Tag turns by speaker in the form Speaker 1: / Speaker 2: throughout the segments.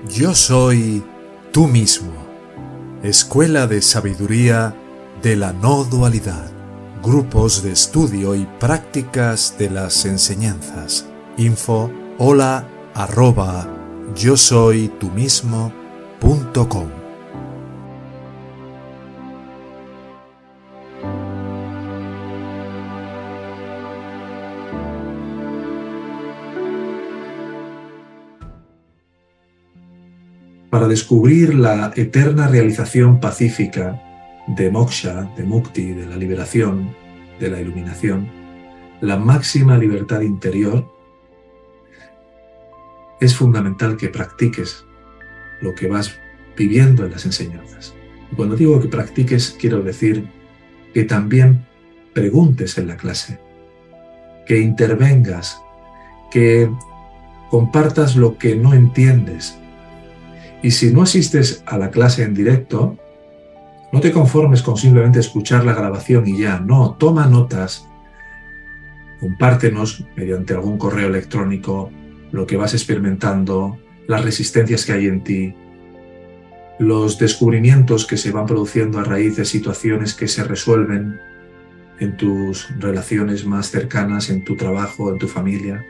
Speaker 1: Yo soy tú mismo. Escuela de Sabiduría de la No Dualidad. Grupos de estudio y prácticas de las enseñanzas. Info hola@yosoytumismo.com.
Speaker 2: Para descubrir la eterna realización pacífica de moksha, de mukti, de la liberación, de la iluminación, la máxima libertad interior, es fundamental que practiques lo que vas viviendo en las enseñanzas. Y cuando digo que practiques, quiero decir que también preguntes en la clase, que intervengas, que compartas lo que no entiendes. Y si no asistes a la clase en directo, no te conformes con simplemente escuchar la grabación y ya. No, toma notas, compártenos mediante algún correo electrónico lo que vas experimentando, las resistencias que hay en ti, los descubrimientos que se van produciendo a raíz de situaciones que se resuelven en tus relaciones más cercanas, en tu trabajo, en tu familia.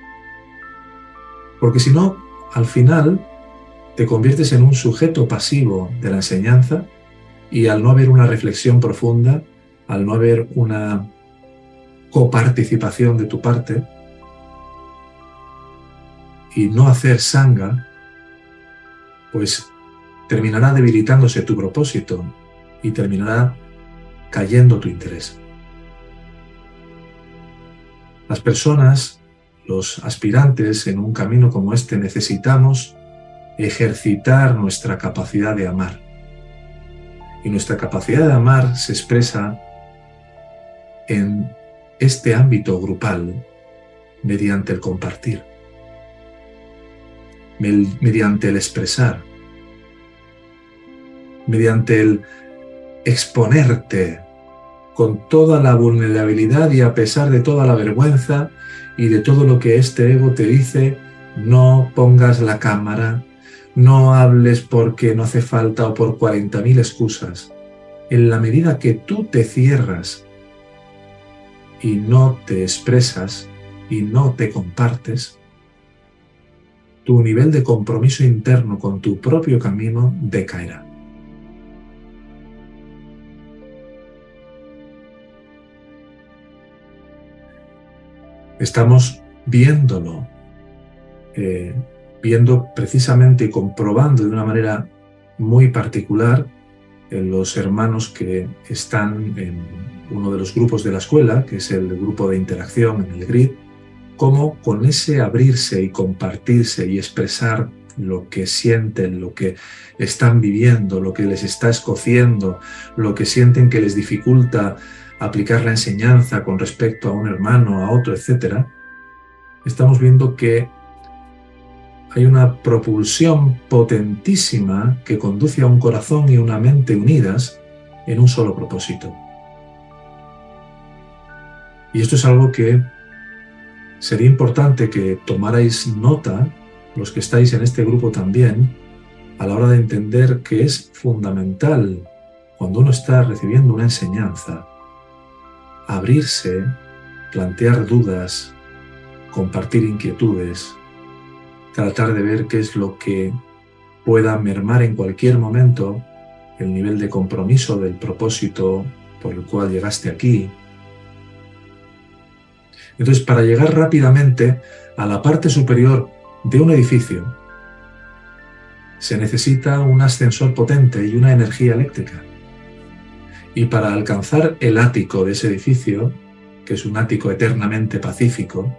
Speaker 2: Porque si no, al final te conviertes en un sujeto pasivo de la enseñanza y al no haber una reflexión profunda, al no haber una coparticipación de tu parte y no hacer sangha, pues terminará debilitándose tu propósito y terminará cayendo tu interés. Las personas, los aspirantes en un camino como este, necesitamos ejercitar nuestra capacidad de amar. Y nuestra capacidad de amar se expresa en este ámbito grupal mediante el compartir, mediante el expresar, mediante el exponerte con toda la vulnerabilidad y a pesar de toda la vergüenza y de todo lo que este ego te dice: no pongas la cámara, no hables porque no hace falta o por 40.000 excusas. En la medida que tú te cierras y no te expresas y no te compartes, tu nivel de compromiso interno con tu propio camino decaerá. Estamos viéndolo, viendo precisamente y comprobando de una manera muy particular en los hermanos que están en uno de los grupos de la escuela, que es el grupo de interacción en el grid, cómo con ese abrirse y compartirse y expresar lo que sienten, lo que están viviendo, lo que les está escociendo, lo que sienten que les dificulta aplicar la enseñanza con respecto a un hermano, a otro, etc., estamos viendo que hay una propulsión potentísima que conduce a un corazón y una mente unidas en un solo propósito. Y esto es algo que sería importante que tomarais nota, los que estáis en este grupo también, a la hora de entender que es fundamental, cuando uno está recibiendo una enseñanza, abrirse, plantear dudas, compartir inquietudes, tratar de ver qué es lo que pueda mermar en cualquier momento el nivel de compromiso del propósito por el cual llegaste aquí. Entonces, para llegar rápidamente a la parte superior de un edificio, se necesita un ascensor potente y una energía eléctrica. Y para alcanzar el ático de ese edificio, que es un ático eternamente pacífico,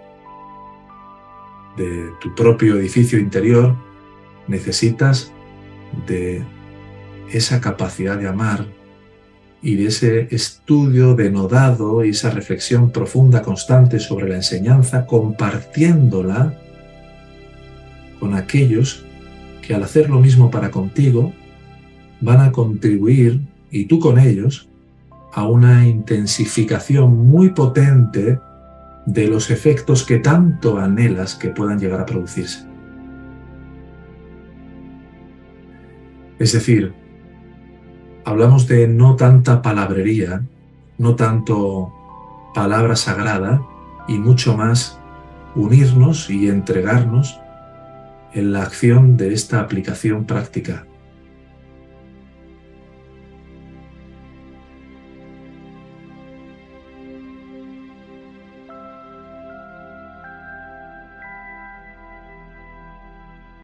Speaker 2: de tu propio edificio interior, necesitas de esa capacidad de amar y de ese estudio denodado y esa reflexión profunda, constante sobre la enseñanza, compartiéndola con aquellos que al hacer lo mismo para contigo van a contribuir, y tú con ellos, a una intensificación muy potente de los efectos que tanto anhelas que puedan llegar a producirse. Es decir, hablamos de no tanta palabrería, no tanto palabra sagrada y mucho más unirnos y entregarnos en la acción de esta aplicación práctica